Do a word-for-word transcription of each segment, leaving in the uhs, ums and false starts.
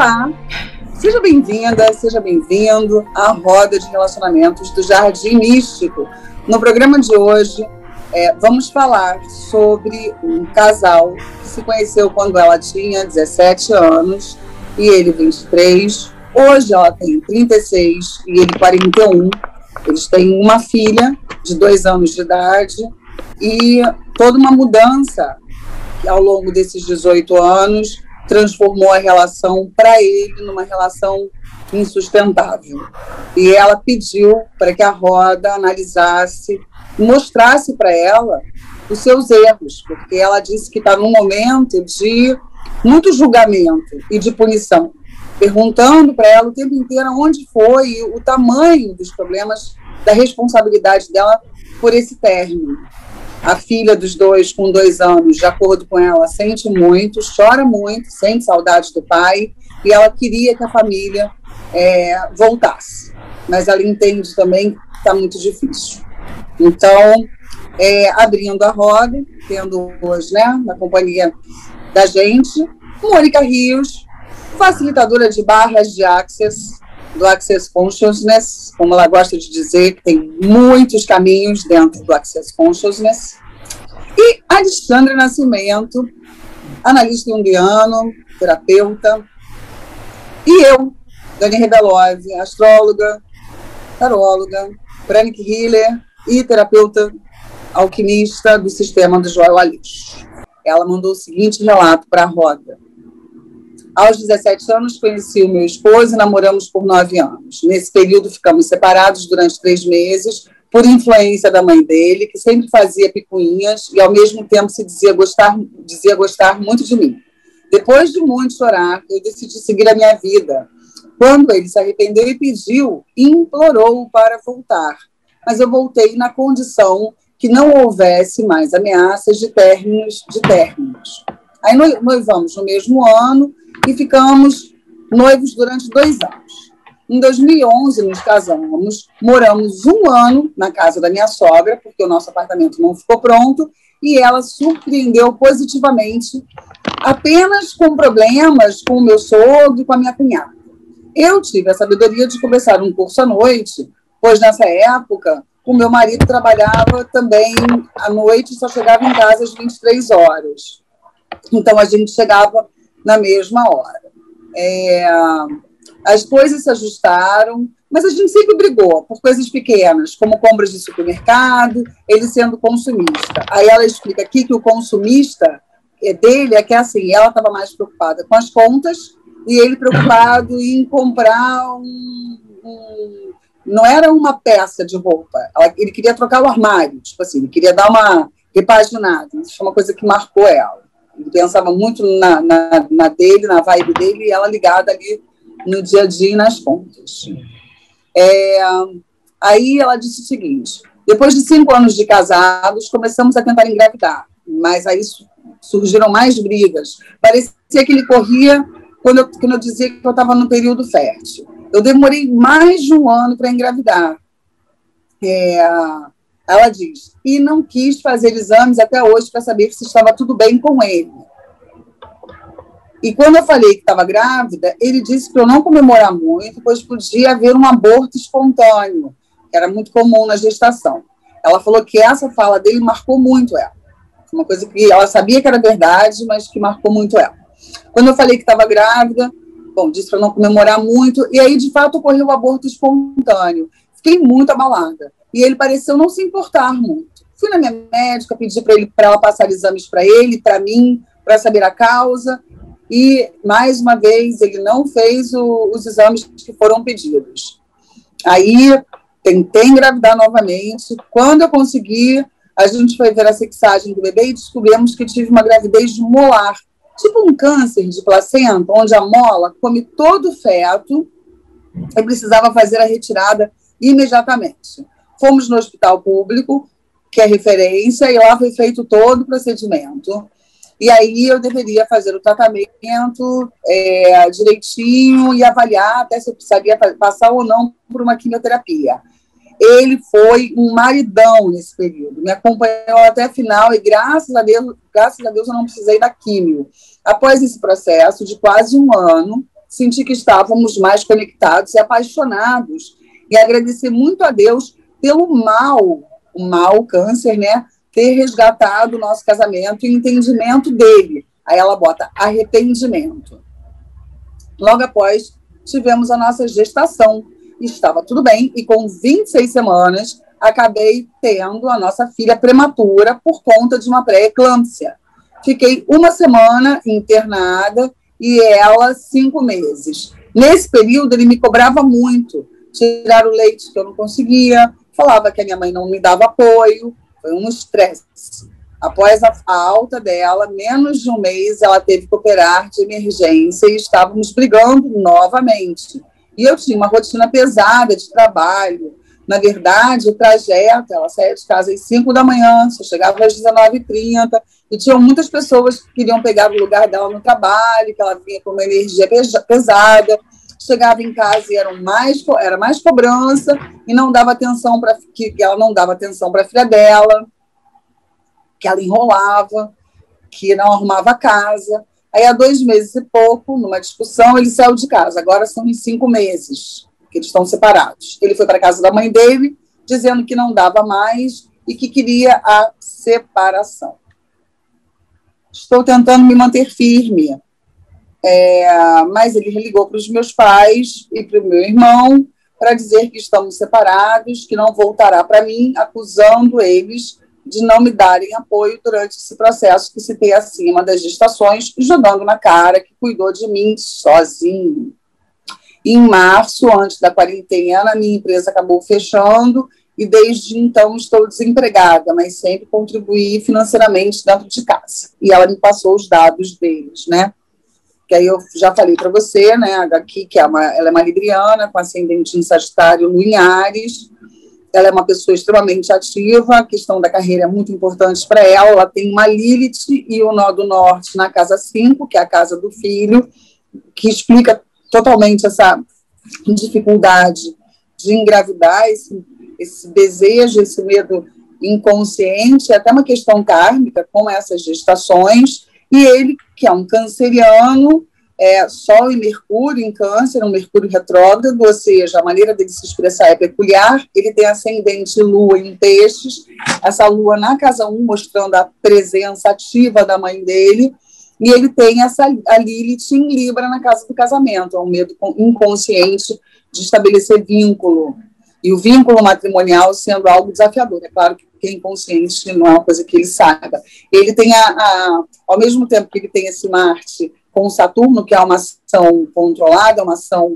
Olá, seja bem-vinda, seja bem-vindo à roda de relacionamentos do Jardim Místico. No programa de hoje, é, vamos falar sobre um casal que se conheceu quando ela tinha dezessete anos e ele vinte e três. Hoje ela tem trinta e seis e ele quarenta e um. Eles têm uma filha de dois anos de idade e toda uma mudança ao longo desses dezoito anos transformou a relação para ele numa relação insustentável. E ela pediu para que a roda analisasse, mostrasse para ela os seus erros, porque ela disse que está num momento de muito julgamento e de punição, perguntando para ela o tempo inteiro onde foi o tamanho dos problemas, da responsabilidade dela por esse término. A filha dos dois, com dois anos, de acordo com ela, sente muito, chora muito, sente saudade do pai, e ela queria que a família é, voltasse. Mas ela entende também que está muito difícil. Então, é, abrindo a roda, tendo hoje, né, na companhia da gente, Mônica Rios, facilitadora de barras de Access, do Access Consciousness, como ela gosta de dizer, que tem muitos caminhos dentro do Access Consciousness, e Alexandre Nascimento, analista junguiano, terapeuta, e eu, Dani Rebelov, astróloga, taróloga, pranic healer e terapeuta alquimista do sistema do Joel Alix. Ela mandou o seguinte relato para a roda. Aos dezessete anos, conheci o meu esposo e namoramos por nove anos. Nesse período, ficamos separados durante três meses, por influência da mãe dele, que sempre fazia picuinhas e, ao mesmo tempo, se dizia gostar, dizia gostar muito de mim. Depois de muito chorar, eu decidi seguir a minha vida. Quando ele se arrependeu e pediu, implorou para voltar. Mas eu voltei na condição que não houvesse mais ameaças de términos. De términos. Aí noivamos no mesmo ano, e ficamos noivos durante dois anos. Em dois mil e onze, nos casamos, moramos um ano na casa da minha sogra, porque o nosso apartamento não ficou pronto, e ela surpreendeu positivamente, apenas com problemas com o meu sogro e com a minha cunhada. Eu tive a sabedoria de começar um curso à noite, pois nessa época o meu marido trabalhava também à noite e só chegava em casa às vinte e três horas. Então a gente chegava na mesma hora. É, as coisas se ajustaram, mas a gente sempre brigou por coisas pequenas, como compras de supermercado, ele sendo consumista. Aí ela explica aqui que o consumista dele é que, assim, ela estava mais preocupada com as contas e ele preocupado em comprar um, um... Não era uma peça de roupa, ele queria trocar o armário, tipo assim, ele queria dar uma repaginada. Isso foi uma coisa que marcou ela. Ele pensava muito na, na, na dele, na vibe dele, e ela ligada ali no dia a dia e nas contas. É, aí ela disse o seguinte, depois de cinco anos de casados, começamos a tentar engravidar, mas aí surgiram mais brigas. Parecia que ele corria quando eu, quando eu dizia que eu estava no período fértil. Eu demorei mais de um ano para engravidar. É... Ela diz, e não quis fazer exames até hoje para saber se estava tudo bem com ele. E quando eu falei que estava grávida, ele disse para eu não comemorar muito, pois podia haver um aborto espontâneo, que era muito comum na gestação. Ela falou que essa fala dele marcou muito ela. Uma coisa que ela sabia que era verdade, mas que marcou muito ela. Quando eu falei que estava grávida, bom, disse para não comemorar muito, e aí, de fato, ocorreu o aborto espontâneo. Fiquei muito abalada. E ele pareceu não se importar muito. Fui na minha médica, pedi para ele, para ela passar exames para ele, para mim, para saber a causa. E, mais uma vez, ele não fez o, os exames que foram pedidos. Aí, tentei engravidar novamente. Quando eu consegui, a gente foi ver a sexagem do bebê e descobrimos que tive uma gravidez molar. Tipo um câncer de placenta, onde a mola come todo o feto e precisava fazer a retirada imediatamente. Fomos no hospital público, que é referência, e lá foi feito todo o procedimento. E aí eu deveria fazer o tratamento é, direitinho e avaliar até se eu precisaria passar ou não por uma quimioterapia. Ele foi um maridão nesse período, me acompanhou até a final e, graças a Deus, graças a Deus eu não precisei da químio. Após esse processo de quase um ano, senti que estávamos mais conectados e apaixonados, e agradecer muito a Deus pelo mal, o mal, o câncer, né, ter resgatado o nosso casamento e o entendimento dele. Aí ela bota arrependimento. Logo após, tivemos a nossa gestação. Estava tudo bem, e com vinte e seis semanas, acabei tendo a nossa filha prematura por conta de uma pré-eclâmpsia. Fiquei uma semana internada e ela cinco meses. Nesse período, ele me cobrava muito. Tirar o leite que eu não conseguia, falava que a minha mãe não me dava apoio, foi um estresse. Após a, a alta dela, menos de um mês, ela teve que operar de emergência e estávamos brigando novamente. E eu tinha uma rotina pesada de trabalho. Na verdade, o trajeto, ela saía de casa às cinco da manhã, só chegava às dezenove e trinta, e tinham muitas pessoas que queriam pegar o lugar dela no trabalho, que ela vinha com uma energia pesada. Chegava em casa e era mais, era mais cobrança, e não dava atenção para que, que ela não dava atenção para a filha dela, que ela enrolava, que não arrumava a casa. Aí, há dois meses e pouco, numa discussão, ele saiu de casa. Agora são em cinco meses que eles estão separados. Ele foi para a casa da mãe dele, dizendo que não dava mais e que queria a separação. Estou tentando me manter firme. É, mas ele ligou para os meus pais e para o meu irmão para dizer que estamos separados, que não voltará para mim, acusando eles de não me darem apoio durante esse processo que citei acima das gestações, jogando na cara que cuidou de mim sozinho. Em março, antes da quarentena, minha empresa acabou fechando e desde então estou desempregada, mas sempre contribuí financeiramente dentro de casa. E ela me passou os dados deles, né? Que aí eu já falei para você, né, aqui, que é uma, ela é uma libriana, com ascendente em Sagitário, em Áries. Ela é uma pessoa extremamente ativa, a questão da carreira é muito importante para ela. Ela tem uma Lilith e o nó do norte na casa cinco, que é a casa do filho, que explica totalmente essa dificuldade de engravidar, esse, esse desejo, esse medo inconsciente, até uma questão kármica com essas gestações. E ele, que é um canceriano, é, Sol e Mercúrio em Câncer, um Mercúrio retrógrado, ou seja, a maneira dele se expressar é peculiar. Ele tem ascendente Lua em Peixes, essa Lua na casa um, mostrando a presença ativa da mãe dele, e ele tem essa, a Lilith em Libra na casa do casamento, é um medo inconsciente de estabelecer vínculo, e o vínculo matrimonial sendo algo desafiador. É claro que porque é inconsciente, não é uma coisa que ele saiba. Ele tem, a, a, ao mesmo tempo que ele tem esse Marte com Saturno, que é uma ação controlada, uma ação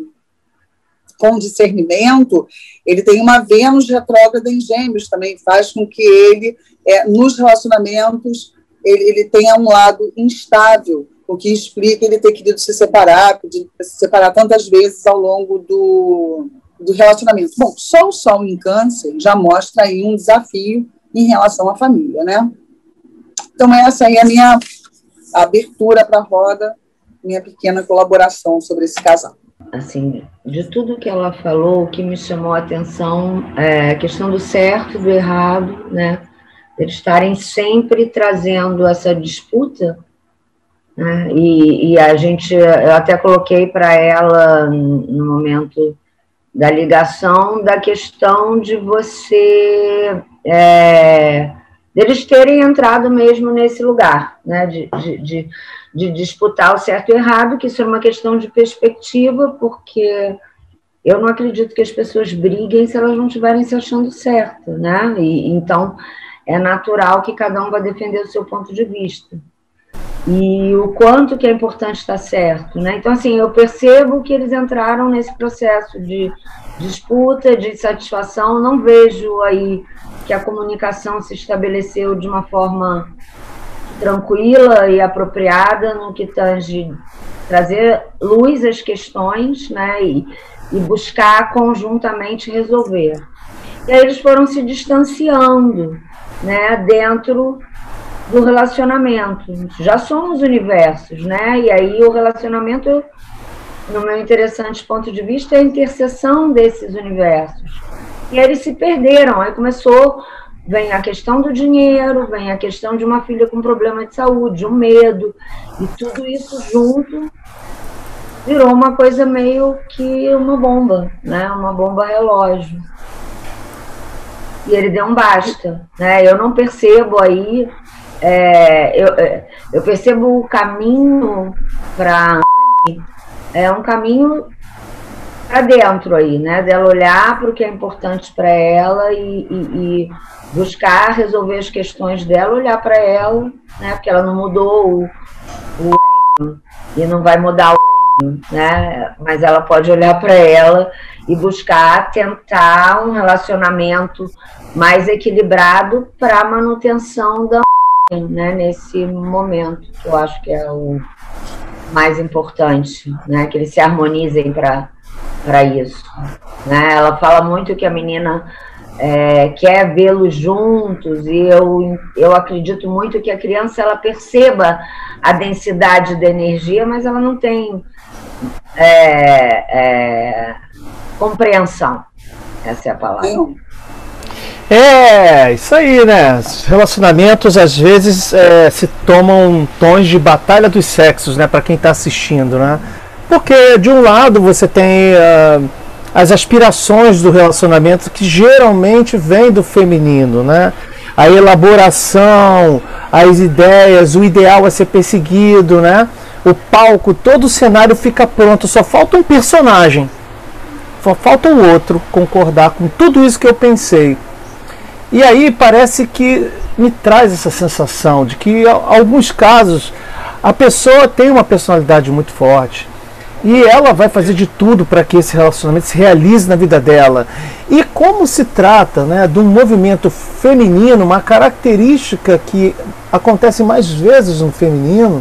com discernimento, ele tem uma Vênus retrógrada em Gêmeos também, faz com que ele, é, nos relacionamentos, ele, ele tenha um lado instável, o que explica ele ter querido se separar, pedido se separar tantas vezes ao longo do, do relacionamento. Bom, só o Sol em Câncer já mostra aí um desafio em relação à família, né? Então, essa aí é a minha abertura para a roda, minha pequena colaboração sobre esse casal. Assim, de tudo que ela falou, o que me chamou a atenção é a questão do certo e do errado, né? Eles estarem sempre trazendo essa disputa, né? E, e a gente, eu até coloquei para ela, no momento da ligação, da questão de você, é, deles terem entrado mesmo nesse lugar, né, de, de, de, de disputar o certo e o errado, que isso é uma questão de perspectiva, porque eu não acredito que as pessoas briguem se elas não estiverem se achando certo, né, e então é natural que cada um vai defender o seu ponto de vista. E o quanto que é importante estar certo, né? Então, assim, eu percebo que eles entraram nesse processo de disputa, de satisfação. Não vejo aí que a comunicação se estabeleceu de uma forma tranquila e apropriada no que tange trazer luz às questões, né? E, e buscar conjuntamente resolver. E aí eles foram se distanciando, né? Dentro do relacionamento. Já somos universos, né? E aí o relacionamento, no meu interessante ponto de vista, é a interseção desses universos. E aí eles se perderam. Aí começou, vem a questão do dinheiro, vem a questão de uma filha com problema de saúde, um medo, e tudo isso junto virou uma coisa meio que uma bomba, né? Uma bomba relógio. E ele deu um basta, né? Eu não percebo aí, é, eu, eu percebo o caminho para é um caminho para dentro aí, né? Dela olhar para o que é importante para ela e, e, e buscar resolver as questões dela, olhar para ela, né? Porque ela não mudou o, o e não vai mudar o né? Mas ela pode olhar para ela e buscar tentar um relacionamento mais equilibrado para a manutenção da né? Nesse momento, que eu acho que é o mais importante, né? Que eles se harmonizem para para isso, né? Ela fala muito que a menina é, quer vê-los juntos e eu, eu acredito muito que a criança ela perceba a densidade da energia, mas ela não tem é, é, compreensão, essa é a palavra. É, isso aí, né? Os relacionamentos às vezes é, se tomam tons de batalha dos sexos, né? Para quem está assistindo, né? Porque de um lado você tem uh, as aspirações do relacionamento que geralmente vêm do feminino, né? A elaboração, as ideias, o ideal a ser perseguido, né? O palco, todo o cenário fica pronto, só falta um personagem, só falta o outro concordar com tudo isso que eu pensei. E aí parece que me traz essa sensação de que em alguns casos a pessoa tem uma personalidade muito forte e ela vai fazer de tudo para que esse relacionamento se realize na vida dela. E como se trata, né, de um movimento feminino, uma característica que acontece mais vezes no feminino,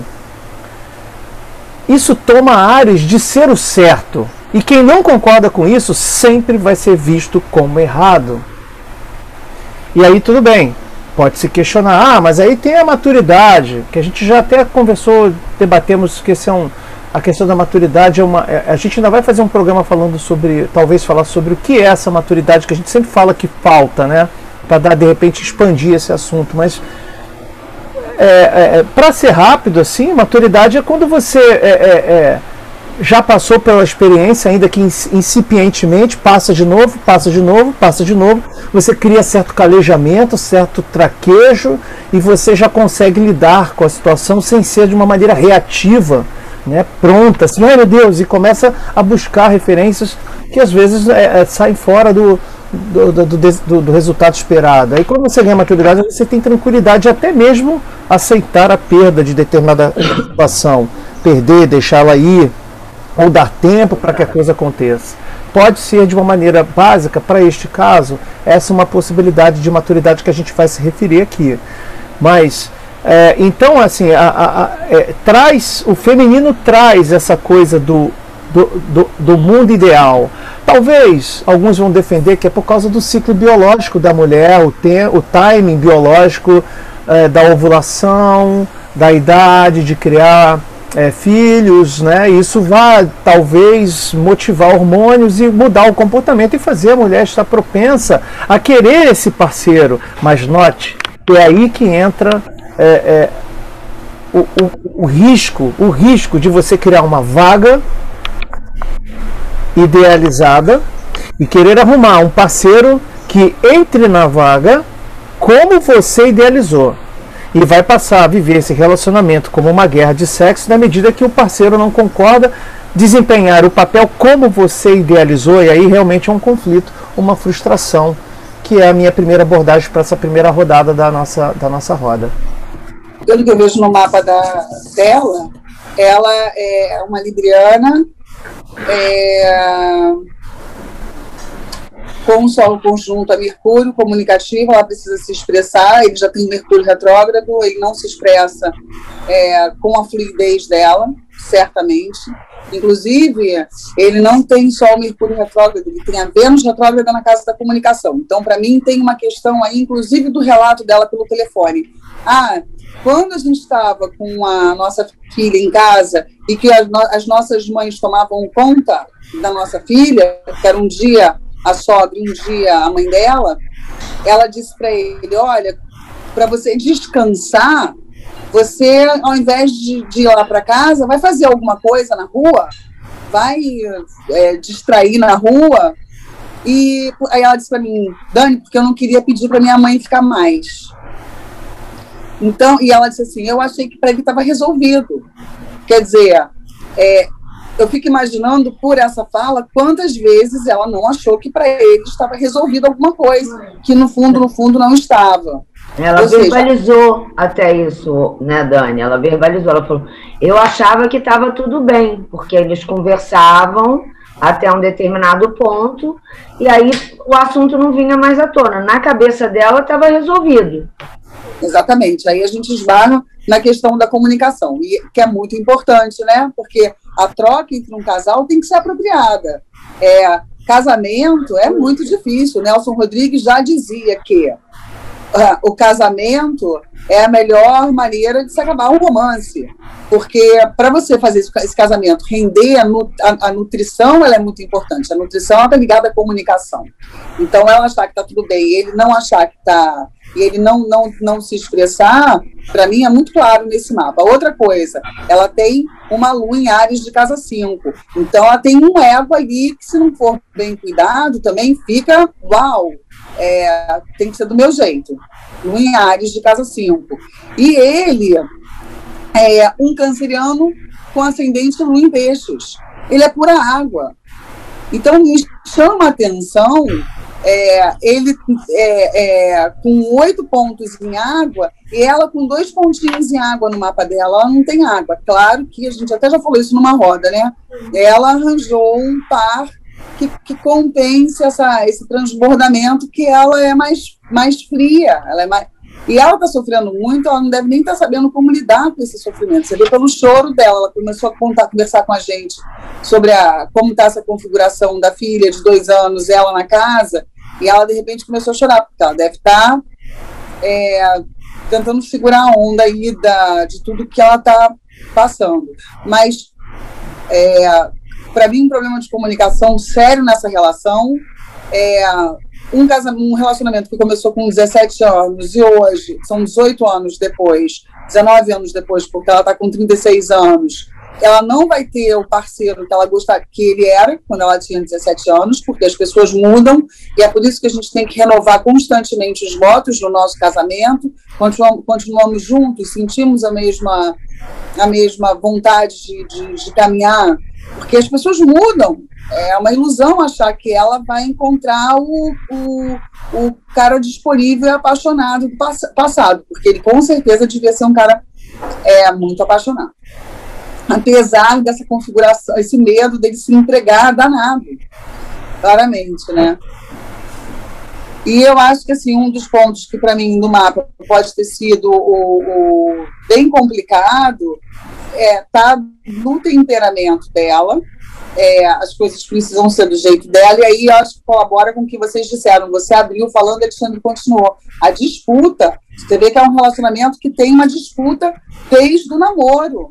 isso toma ares de ser o certo. E quem não concorda com isso sempre vai ser visto como errado. E aí tudo bem, pode se questionar, ah, mas aí tem a maturidade, que a gente já até conversou, debatemos que esse é um, a questão da maturidade é uma... A gente ainda vai fazer um programa falando sobre, talvez falar sobre o que é essa maturidade, que a gente sempre fala que falta, né? Para dar, de repente, expandir esse assunto, mas é, é, para ser rápido assim, maturidade é quando você é, é, é, já passou pela experiência, ainda que incipientemente, passa de novo, passa de novo, passa de novo, você cria certo calejamento, certo traquejo, e você já consegue lidar com a situação sem ser de uma maneira reativa, né, pronta, assim, ai meu Deus, e começa a buscar referências que às vezes é, é, saem fora do, do, do, do, do resultado esperado. Aí quando você ganha maturidade, você tem tranquilidade de até mesmo aceitar a perda de determinada situação, perder, deixá-la ir, ou dar tempo para que a coisa aconteça. Pode ser de uma maneira básica, para este caso, essa é uma possibilidade de maturidade que a gente vai se referir aqui. Mas, é, então, assim, a, a, a, é, traz, o feminino traz essa coisa do, do, do, do mundo ideal. Talvez alguns vão defender que é por causa do ciclo biológico da mulher, o, te, o timing biológico é, da ovulação, da idade de criar É, filhos, né? Isso vai talvez motivar hormônios e mudar o comportamento e fazer a mulher estar propensa a querer esse parceiro. Mas note, é aí que entra é, é, o, o, o risco, o risco de você criar uma vaga idealizada e querer arrumar um parceiro que entre na vaga como você idealizou. E vai passar a viver esse relacionamento como uma guerra de sexo na medida que o parceiro não concorda desempenhar o papel como você idealizou, e aí realmente é um conflito, uma frustração, que é a minha primeira abordagem para essa primeira rodada da nossa, da nossa roda. Pelo que eu vejo no mapa da, dela, ela é uma libriana, é, com o solo conjunto a Mercúrio, comunicativo, ela precisa se expressar, ele já tem Mercúrio retrógrado, ele não se expressa é, com a fluidez dela, certamente. Inclusive, ele não tem só o Mercúrio retrógrado, ele tem a Vênus retrógrada na casa da comunicação. Então, para mim, tem uma questão aí, inclusive do relato dela pelo telefone. Ah, quando a gente estava com a nossa filha em casa e que as, no as nossas mães tomavam conta da nossa filha, que era um dia a sogra e um dia a mãe dela, ela disse para ele, olha, para você descansar, você, ao invés de, de ir lá para casa, vai fazer alguma coisa na rua, vai é, distrair na rua. E aí ela disse para mim, Dani, porque eu não queria pedir para minha mãe ficar mais. Então, e ela disse assim, eu achei que para ele estava resolvido. Quer dizer, é, eu fico imaginando por essa fala quantas vezes ela não achou que para ele estava resolvido alguma coisa, que no fundo, no fundo não estava. Ela Ou verbalizou seja, até isso, né, Dani? Ela verbalizou, ela falou, eu achava que estava tudo bem, porque eles conversavam até um determinado ponto, e aí o assunto não vinha mais à tona. Na cabeça dela estava resolvido. Exatamente. Aí a gente esbarra na questão da comunicação, e, que é muito importante, né? Porque a troca entre um casal tem que ser apropriada. É, casamento é muito difícil. Nelson Rodrigues já dizia que uh, o casamento é a melhor maneira de se acabar um romance. Porque para você fazer esse casamento render, a, a, a nutrição ela é muito importante. A nutrição está ligada à comunicação. Então, ela achar que está tudo bem e ele não achar que está... e ele não, não, não se expressar, para mim é muito claro nesse mapa. Outra coisa, ela tem uma lua em Áries de casa cinco. Então, ela tem um ego ali que, se não for bem cuidado, também fica, uau, é, tem que ser do meu jeito. Lua em Áries de casa cinco. E ele... é um canceriano com ascendente lua em peixes. Ele é pura água. Então, me chama a atenção, é, ele é, é, com oito pontos em água, e ela com dois pontinhos em água no mapa dela, ela não tem água. Claro que a gente até já falou isso numa roda, né? Ela arranjou um par que, que compense essa, esse transbordamento, que ela é mais, mais fria, ela é mais... E ela está sofrendo muito, ela não deve nem estar tá sabendo como lidar com esse sofrimento. Você vê pelo choro dela, ela começou a contar, conversar com a gente sobre a, como está essa configuração da filha de dois anos, ela na casa, e ela, de repente, começou a chorar, porque ela deve estar tá, é, tentando segurar a onda aí da, de tudo que ela está passando. Mas, é, para mim, um problema de comunicação sério nessa relação é... Um, casamento, um relacionamento que começou com dezessete anos e hoje são dezoito anos depois, dezenove anos depois, porque ela está com trinta e seis anos, ela não vai ter o parceiro que ela gostaria que ele era quando ela tinha dezessete anos, porque as pessoas mudam, e é por isso que a gente tem que renovar constantemente os votos no nosso casamento. Continuamos, continuamos juntos, sentimos a mesma, a mesma vontade de, de, de caminhar, porque as pessoas mudam. É uma ilusão achar que ela vai encontrar o, o, o cara disponível e apaixonado do pass- passado, porque ele com certeza devia ser um cara é, muito apaixonado. Apesar dessa configuração, esse medo dele se entregar danado, claramente, né? E eu acho que assim, um dos pontos que para mim no mapa pode ter sido o, o bem complicado é tá no temperamento dela. É, as coisas precisam ser do jeito dela, e aí eu acho que colabora com o que vocês disseram. Você abriu falando, Alexandre continuou. A disputa, você vê que é um relacionamento que tem uma disputa desde o namoro.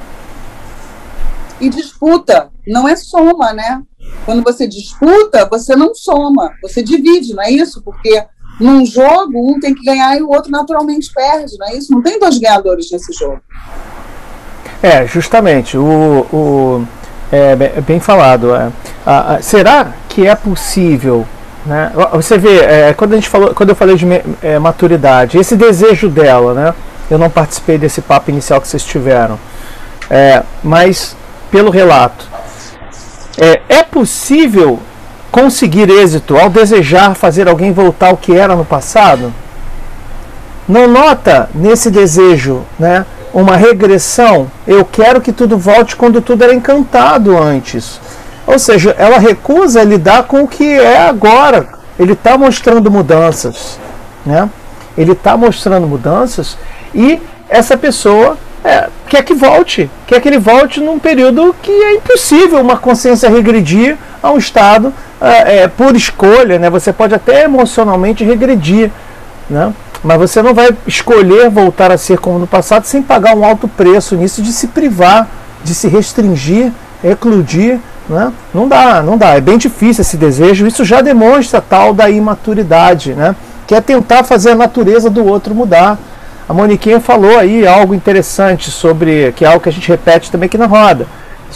E disputa não é soma, né? Quando você disputa, você não soma, você divide, não é isso? Porque num jogo, um tem que ganhar e o outro naturalmente perde, não é isso? Não tem dois ganhadores nesse jogo. É, justamente, o... o... É bem falado. É. Ah, ah, será que é possível, né? Você vê, é, quando a gente falou, quando eu falei de é, maturidade, esse desejo dela, né? Eu não participei desse papo inicial que vocês tiveram, é, mas pelo relato, é, é possível conseguir êxito ao desejar fazer alguém voltar ao que era no passado? Não nota nesse desejo, né? Uma regressão, eu quero que tudo volte quando tudo era encantado antes. Ou seja, ela recusa lidar com o que é agora. Ele está mostrando mudanças, né? Ele está mostrando mudanças e essa pessoa é, quer que volte, quer que ele volte num período que é impossível uma consciência regredir a um estado é, é, por escolha, né? Você pode até emocionalmente regredir, né? Mas você não vai escolher voltar a ser como no passado sem pagar um alto preço nisso, de se privar, de se restringir, ecludir, né? Não dá, não dá. É bem difícil esse desejo. Isso já demonstra tal da imaturidade, né? Que é tentar fazer a natureza do outro mudar. A Moniquinha falou aí algo interessante sobre, que é algo que a gente repete também aqui na roda,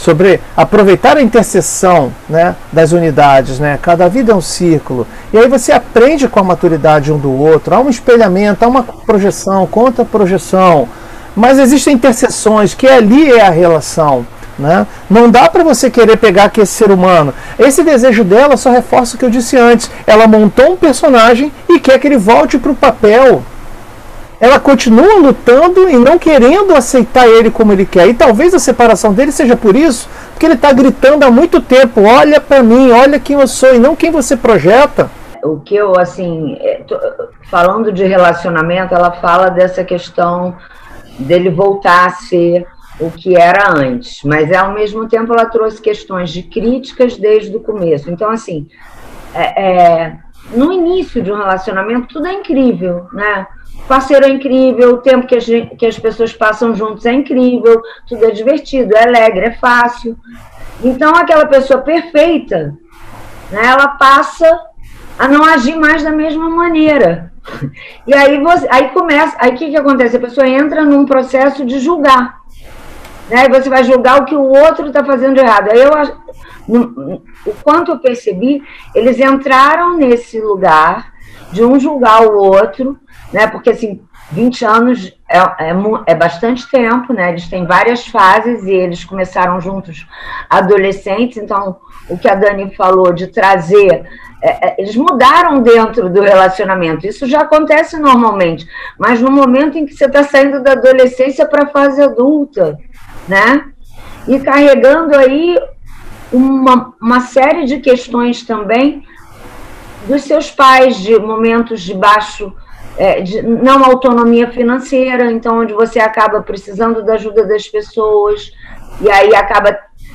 sobre aproveitar a interseção, né, das unidades, né? Cada vida é um círculo. E aí você aprende com a maturidade um do outro, há um espelhamento, há uma projeção, contra-projeção, mas existem interseções, que ali é a relação. Né? Não dá para você querer pegar aquele ser humano. Esse desejo dela só reforça o que eu disse antes. Ela montou um personagem e quer que ele volte para o papel. Ela continua lutando e não querendo aceitar ele como ele quer. E talvez a separação dele seja por isso, porque ele está gritando há muito tempo: olha para mim, olha quem eu sou e não quem você projeta. O que eu, assim, tô, falando de relacionamento, ela fala dessa questão dele voltar a ser o que era antes, mas ao mesmo tempo ela trouxe questões de críticas desde o começo. Então, assim, é, é, no início de um relacionamento tudo é incrível, né? O parceiro é incrível, o tempo que, a gente, que as pessoas passam juntos é incrível, tudo é divertido, é alegre, é fácil. Então, aquela pessoa perfeita, né, ela passa a não agir mais da mesma maneira. E aí, você, aí começa, aí o que, que acontece? A pessoa entra num processo de julgar. Né? Você vai julgar o que o outro está fazendo de errado. Aí eu, no, o quanto eu percebi, eles entraram nesse lugar de um julgar o outro, né? Porque assim, vinte anos é, é, é bastante tempo, né? Eles têm várias fases e eles começaram juntos adolescentes, então o que a Dani falou de trazer, é, é, eles mudaram dentro do relacionamento, isso já acontece normalmente, mas no momento em que você está saindo da adolescência para a fase adulta, né? E carregando aí uma, uma série de questões também dos seus pais, de momentos de baixo, é, de não autonomia financeira, então onde você acaba precisando da ajuda das pessoas, e aí acaba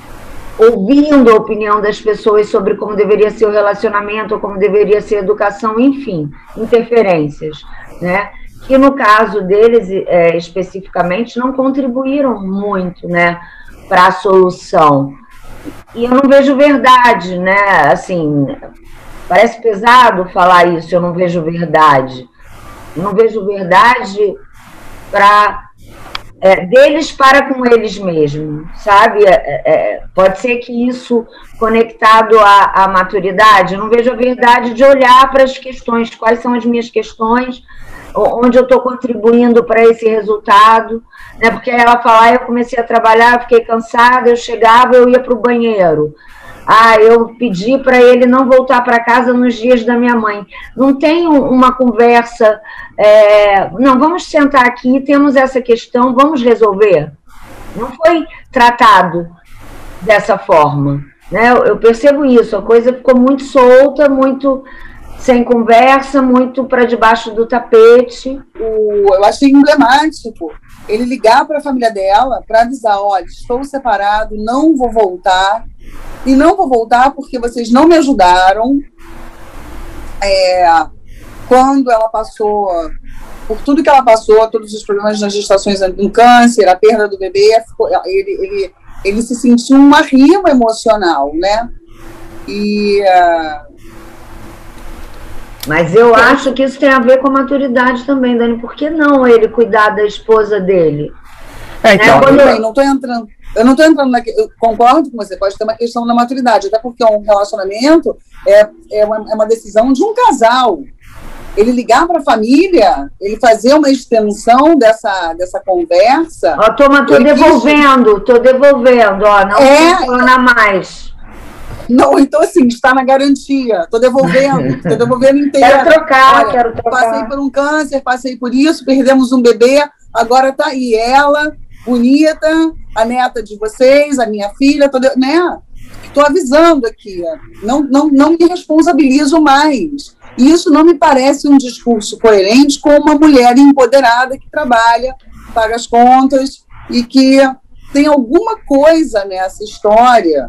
ouvindo a opinião das pessoas sobre como deveria ser o relacionamento, ou como deveria ser a educação, enfim, interferências, né? Que no caso deles, é, especificamente, não contribuíram muito, né, para a solução. E eu não vejo verdade, né, assim, parece pesado falar isso, eu não vejo verdade. Eu não vejo verdade para é, deles para com eles mesmos, sabe? É, é, pode ser que isso, conectado à, à maturidade, eu não vejo a verdade de olhar para as questões, quais são as minhas questões, onde eu estou contribuindo para esse resultado, né? Porque ela fala, eu comecei a trabalhar, fiquei cansada, eu chegava, eu ia para o banheiro. Ah, eu pedi para ele não voltar para casa nos dias da minha mãe. Não tem uma conversa, é, não, vamos sentar aqui, temos essa questão, vamos resolver. Não foi tratado dessa forma, né? Eu, eu percebo isso, a coisa ficou muito solta, muito sem conversa, muito para debaixo do tapete. O, eu achei emblemático ele ligar para a família dela para avisar, olha, estou separado, não vou voltar, e não vou voltar porque vocês não me ajudaram. É, quando ela passou por tudo que ela passou, todos os problemas nas gestações do câncer, a perda do bebê, ele, ele, ele se sentiu uma rima emocional, né? E... Uh, Mas eu acho que isso tem a ver com a maturidade também, Dani. Por que não ele cuidar da esposa dele? É, então, né? Quando eu, não tô entrando, eu não estou entrando na... Eu concordo com você, pode ter uma questão da maturidade, até porque um relacionamento é, é, uma, é uma decisão de um casal. Ele ligar para a família, ele fazer uma extensão dessa, dessa conversa... Ó, toma, tô devolvendo, quis... tô devolvendo, ó, não é, funciona mais. Não, então assim, está na garantia, estou devolvendo, estou devolvendo inteiro. Quero trocar, Olha, quero trocar. Passei por um câncer, passei por isso, perdemos um bebê, agora está aí ela, bonita, a neta de vocês, a minha filha, tô, né? Estou avisando aqui, não, não, não me responsabilizo mais. E isso não me parece um discurso coerente com uma mulher empoderada que trabalha, paga as contas e que tem alguma coisa nessa história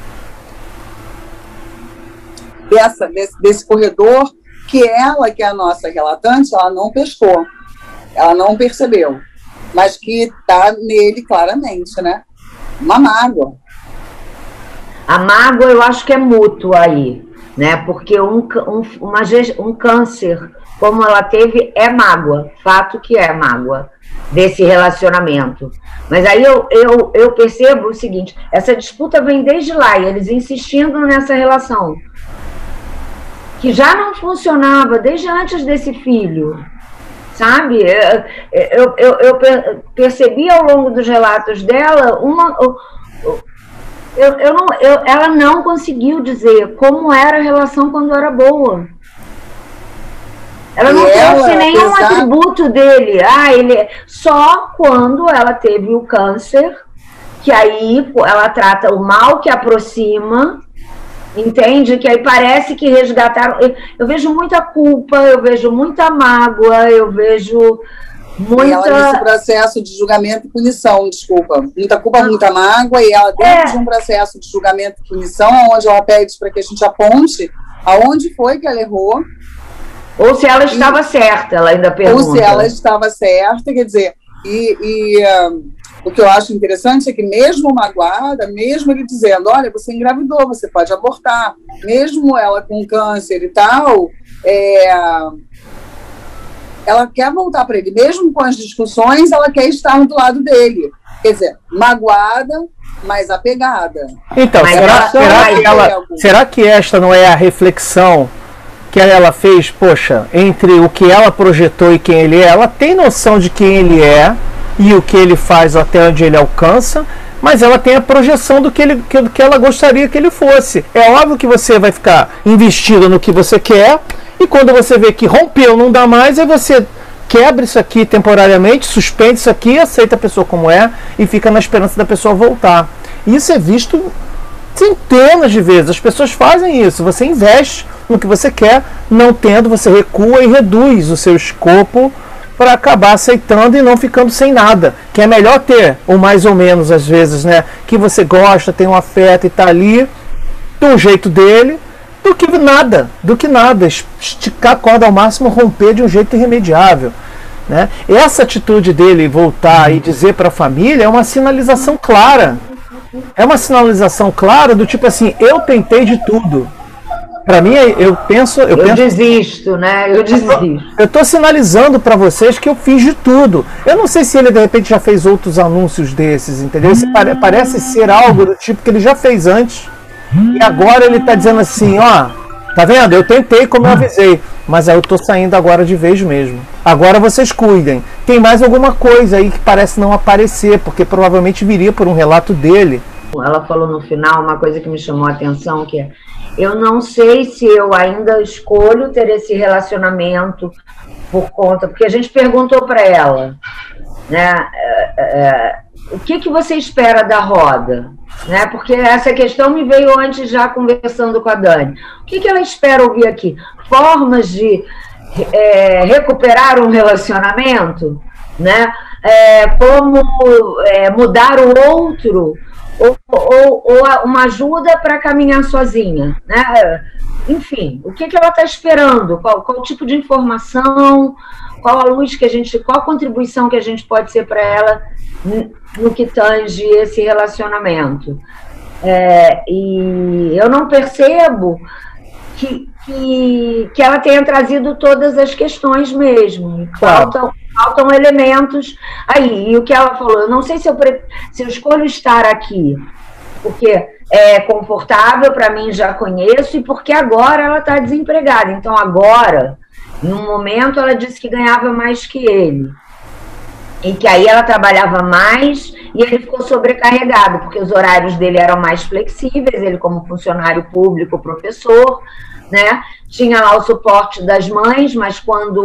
dessa, desse, desse corredor que ela, que é a nossa relatante, ela não pescou, ela não percebeu, mas que está nele claramente, né? Uma mágoa. A mágoa eu acho que é mútua aí. né? Porque um, um, uma, um câncer, como ela teve, é mágoa, fato que é mágoa desse relacionamento. Mas aí eu, eu, eu percebo o seguinte, essa disputa vem desde lá, e eles insistindo nessa relação, que já não funcionava desde antes desse filho, sabe? Eu, eu, eu percebi ao longo dos relatos dela uma... Eu, eu não, eu, ela não conseguiu dizer como era a relação quando era boa. Ela não trouxe nenhum apesar... atributo dele. Ah, ele... Só quando ela teve o câncer, que aí ela trata o mal que aproxima, entende? Que aí parece que resgataram... Eu, eu vejo muita culpa, eu vejo muita mágoa, eu vejo muita... E ela nesse processo de julgamento e punição, desculpa. Muita culpa, muita mágoa, e ela dentro é. de um processo de julgamento e punição, onde ela pede para que a gente aponte aonde foi que ela errou, ou se ela estava e, certa, ela ainda pergunta. Ou se ela estava certa, quer dizer, e, e uh, o que eu acho interessante é que mesmo magoada, mesmo ele dizendo, olha, você engravidou, você pode abortar, mesmo ela com câncer e tal, é, ela quer voltar para ele, mesmo com as discussões, ela quer estar do lado dele. Quer dizer, magoada, mas apegada. Então, mas será, será, que ela, será que esta não é a reflexão que ela fez, poxa, entre o que ela projetou e quem ele é? Ela tem noção de quem ele é e o que ele faz até onde ele alcança, mas ela tem a projeção do que, ele, que, que ela gostaria que ele fosse. É óbvio que você vai ficar investido no que você quer, e quando você vê que rompeu, não dá mais, aí você quebra isso aqui temporariamente, suspende isso aqui, aceita a pessoa como é e fica na esperança da pessoa voltar. Isso é visto centenas de vezes. As pessoas fazem isso. Você investe no que você quer, não tendo, você recua e reduz o seu escopo para acabar aceitando e não ficando sem nada. Que é melhor ter, ou mais ou menos às vezes, né, que você gosta, tem um afeto e está ali do jeito dele, do que nada, do que nada, esticar a corda ao máximo, romper de um jeito irremediável, né? Essa atitude dele voltar e dizer para a família é uma sinalização clara. É uma sinalização clara do tipo assim, eu tentei de tudo. Para mim, eu penso... Eu, eu penso, desisto, né? Eu desisto. Eu estou sinalizando para vocês que eu fiz de tudo. Eu não sei se ele, de repente, já fez outros anúncios desses, entendeu? Isso pare, parece ser algo do tipo que ele já fez antes. E agora ele está dizendo assim, ó, tá vendo? Eu tentei como eu avisei, mas aí eu estou saindo agora de vez mesmo. Agora vocês cuidem. Tem mais alguma coisa aí que parece não aparecer, porque provavelmente viria por um relato dele. Ela falou no final uma coisa que me chamou a atenção, que é, eu não sei se eu ainda escolho ter esse relacionamento por conta, porque a gente perguntou para ela, né, é, é, o que, que você espera da roda? Né, porque essa questão me veio antes, já conversando com a Dani. O que, que ela espera ouvir aqui? Formas de é, recuperar um relacionamento? Né? É, como é, mudar o outro? Ou, ou, ou uma ajuda para caminhar sozinha, né? Enfim, o que, que ela está esperando? Qual, qual tipo de informação? Qual a luz que a gente, qual a contribuição que a gente pode ser para ela no que tange esse relacionamento? É, e eu não percebo que, que, que ela tenha trazido todas as questões mesmo. Faltam, faltam elementos aí. E o que ela falou, eu não sei se eu, se eu escolho estar aqui, porque é confortável para mim, já conheço, e porque agora ela está desempregada. Então agora, num momento, ela disse que ganhava mais que ele. E que aí ela trabalhava mais e ele ficou sobrecarregado, porque os horários dele eram mais flexíveis, ele como funcionário público, professor, né? Tinha lá o suporte das mães, mas quando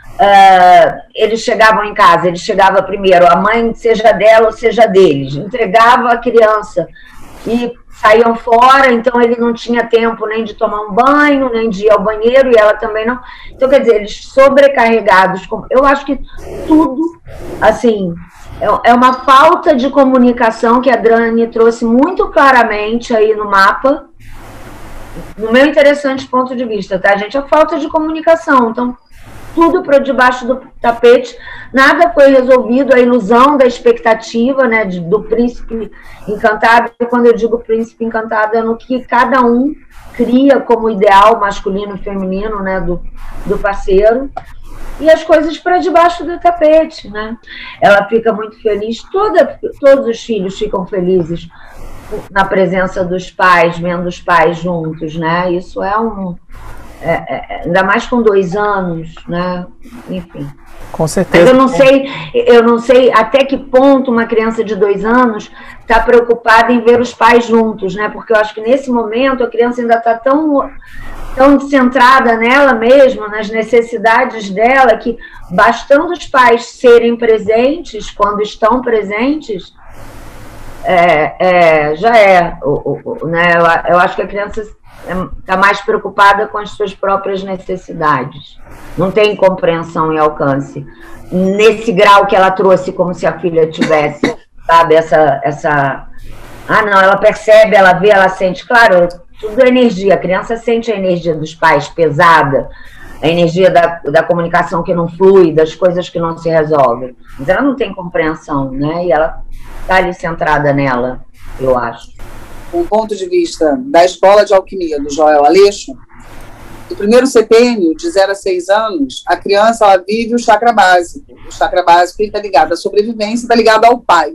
uh, eles chegavam em casa, ele chegava primeiro, a mãe, seja dela ou seja deles, entregava a criança e saíam fora, então ele não tinha tempo nem de tomar um banho, nem de ir ao banheiro, e ela também não. Então, quer dizer, eles sobrecarregados. Eu acho que tudo, assim, é uma falta de comunicação que a Dani trouxe muito claramente aí no mapa, no meu interessante ponto de vista, tá, gente? É falta de comunicação. Então, tudo para debaixo do tapete, nada foi resolvido, a ilusão da expectativa, né, de, do príncipe encantado. E quando eu digo príncipe encantado, é no que cada um cria como ideal masculino e feminino, né, do, do parceiro, e as coisas para debaixo do tapete, né? Ela fica muito feliz, toda, todos os filhos ficam felizes na presença dos pais, vendo os pais juntos, né? Isso é um... É, é, ainda mais com dois anos, né? Enfim. Com certeza. Mas eu não sei, eu não sei até que ponto uma criança de dois anos está preocupada em ver os pais juntos, né? Porque eu acho que nesse momento a criança ainda está tão, tão centrada nela mesma, nas necessidades dela, que bastando os pais serem presentes, quando estão presentes, é, é, já é. O, o, né? eu, eu acho que a criança está mais preocupada com as suas próprias necessidades. Não tem compreensão e alcance nesse grau que ela trouxe, como se a filha tivesse, sabe, essa, essa... Ah, não, ela percebe, ela vê, ela sente. Claro, tudo é energia. A criança sente a energia dos pais pesada, a energia da, da comunicação que não flui, das coisas que não se resolvem. Mas ela não tem compreensão, né? E ela está ali centrada nela, eu acho. Um ponto de vista da Escola de Alquimia do Joel Aleixo, do primeiro setênio, de zero a seis anos, a criança ela vive o chakra básico. O chakra básico está ligado à sobrevivência, está ligado ao pai.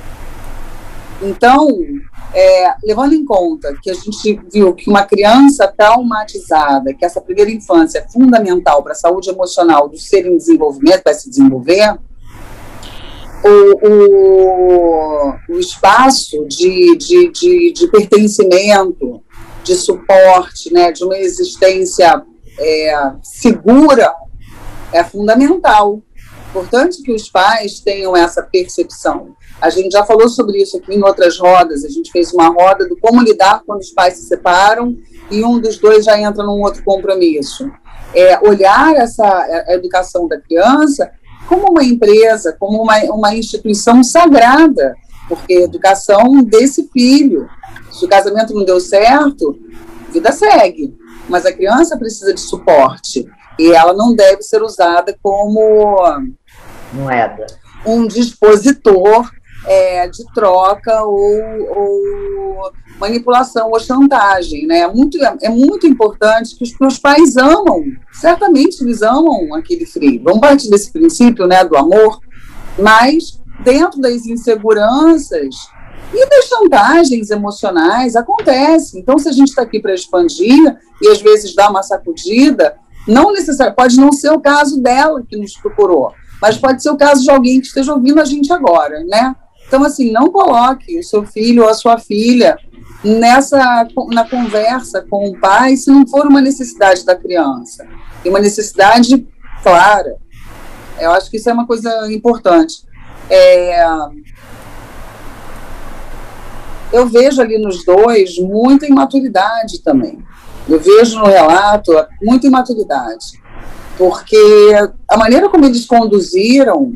Então, é, levando em conta que a gente viu que uma criança traumatizada, que essa primeira infância é fundamental para a saúde emocional do ser em desenvolvimento, para se desenvolver, O, o, o espaço de, de, de, de pertencimento, de suporte, né, de uma existência é, segura, é fundamental. Importante que os pais tenham essa percepção. A gente já falou sobre isso aqui em outras rodas. A gente fez uma roda do como lidar quando os pais se separam e um dos dois já entra num outro compromisso. É, olhar essa, a educação da criança como uma empresa, como uma, uma instituição sagrada, porque a educação desse filho, se o casamento não deu certo, a vida segue, mas a criança precisa de suporte, e ela não deve ser usada como moeda, um dispositor é, de troca ou, ou manipulação ou chantagem, né? É muito, é muito importante que os, que os pais amam, certamente eles amam aquele filho. Vamos partir desse princípio, né, do amor, mas dentro das inseguranças e das chantagens emocionais acontece. Então, se a gente está aqui para expandir e às vezes dar uma sacudida, não necessariamente, pode não ser o caso dela que nos procurou, mas pode ser o caso de alguém que esteja ouvindo a gente agora, né? Então, assim, não coloque o seu filho ou a sua filha nessa, na conversa com o pai se não for uma necessidade da criança. E uma necessidade clara. Eu acho que isso é uma coisa importante. É, eu vejo ali nos dois muita imaturidade também. Eu vejo no relato muita imaturidade. Porque a maneira como eles conduziram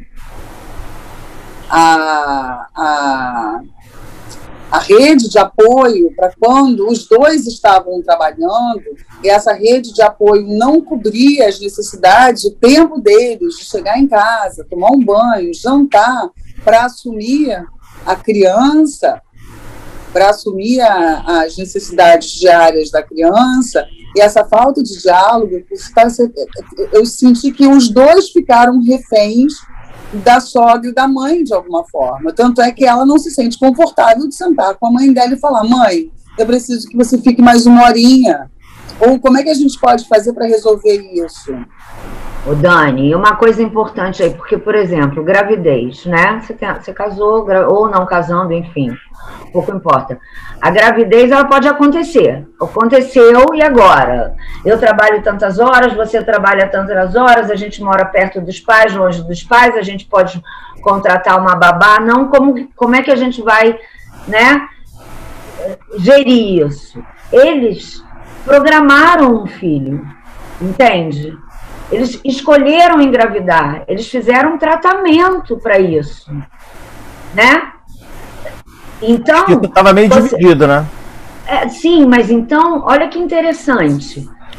A, a, a rede de apoio para quando os dois estavam trabalhando e essa rede de apoio não cobria as necessidades, o tempo deles de chegar em casa, tomar um banho, jantar, para assumir a criança, para assumir a, as necessidades diárias da criança, e essa falta de diálogo, eu senti que os dois ficaram reféns da sogra e da mãe, de alguma forma. Tanto é que ela não se sente confortável de sentar com a mãe dela e falar: mãe, eu preciso que você fique mais uma horinha. Ou como é que a gente pode fazer para resolver isso? Ô Dani, uma coisa importante aí, porque, por exemplo, gravidez, né? Você, tem, você casou, ou não casando, enfim, pouco importa. A gravidez, ela pode acontecer. Aconteceu, e agora? Eu trabalho tantas horas, você trabalha tantas horas, a gente mora perto dos pais, longe dos pais, a gente pode contratar uma babá, não, como, como é que a gente vai, né, gerir isso? Eles programaram um filho, entende? Eles escolheram engravidar, eles fizeram um tratamento para isso, né? Então... Isso estava meio você... dividido, né? É, sim, mas então, olha que interessante.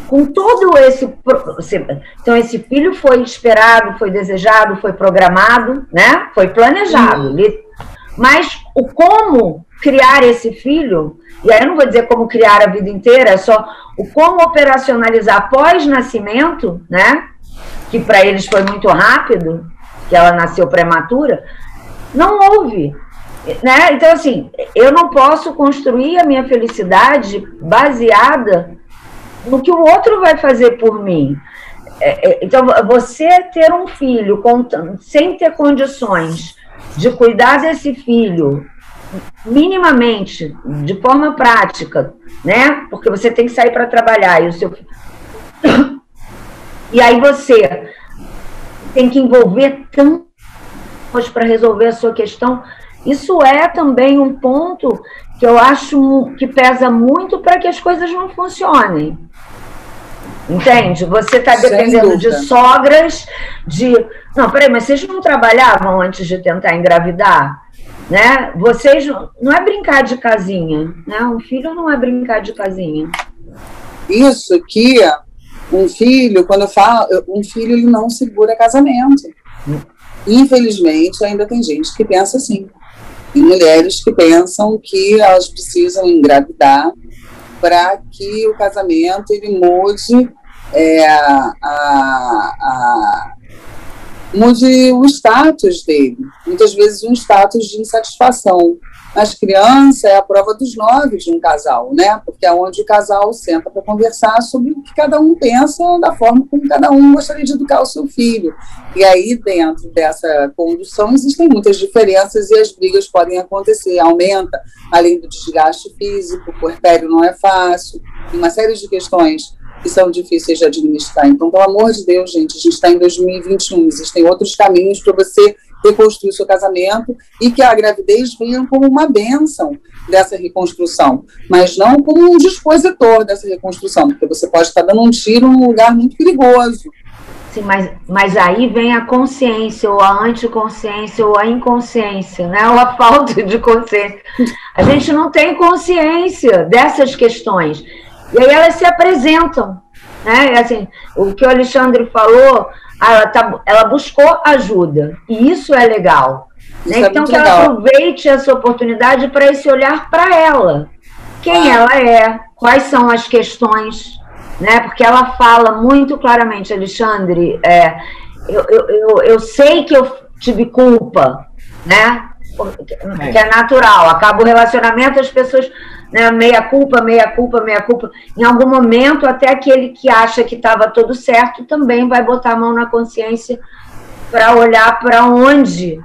com todo esse... Então, esse filho foi esperado, foi desejado, foi programado, né? Foi planejado. Uhum. Mas o como criar esse filho, e aí eu não vou dizer como criar a vida inteira, é só o como operacionalizar após nascimento, né? Que para eles foi muito rápido, que ela nasceu prematura, não houve. Né? Então, assim, eu não posso construir a minha felicidade baseada no que o outro vai fazer por mim. Então, você ter um filho com, sem ter condições de cuidar desse filho minimamente, de forma prática, né? Porque você tem que sair para trabalhar e o seu e aí você tem que envolver tanto para resolver a sua questão. Isso é também um ponto que eu acho que pesa muito para que as coisas não funcionem. Entende? Você está dependendo de sogras, de... Não, peraí, mas vocês não trabalhavam antes de tentar engravidar? Né? Vocês... Não é brincar de casinha, né? Um filho não é brincar de casinha. Isso que um filho, quando eu falo... Um filho, ele não segura casamento. Infelizmente, ainda tem gente que pensa assim. Tem mulheres que pensam que elas precisam engravidar para que o casamento ele mude, é, a, a, mude o status dele. Muitas vezes um status de insatisfação. Mas criança é a prova dos nove de um casal, né? Porque é onde o casal senta para conversar sobre o que cada um pensa, da forma como cada um gostaria de educar o seu filho. E aí, dentro dessa condução, existem muitas diferenças e as brigas podem acontecer. Aumenta, além do desgaste físico, o puerpério não é fácil, uma série de questões que são difíceis de administrar. Então, pelo amor de Deus, gente, a gente está em dois mil e vinte e um, existem outros caminhos para você reconstruir seu casamento e que a gravidez venha como uma bênção dessa reconstrução, mas não como um dispositor dessa reconstrução, porque você pode estar dando um tiro num lugar muito perigoso. Sim, mas, mas aí vem a consciência, ou a anticonsciência, ou a inconsciência, né? Ou a falta de consciência. A gente não tem consciência dessas questões. E aí elas se apresentam, né? Assim, o que o Alexandre falou, ela, tá, ela buscou ajuda, e isso é legal. Isso né? é então, que legal. Ela aproveite essa oportunidade para esse olhar para ela. Quem ah. ela é, quais são as questões, né? Porque ela fala muito claramente, Alexandre, é, eu, eu, eu, eu sei que eu tive culpa, né? Porque é natural, acaba o relacionamento, as pessoas... Né, meia culpa, meia culpa, meia culpa. Em algum momento, até aquele que acha que estava tudo certo também vai botar a mão na consciência para olhar para onde,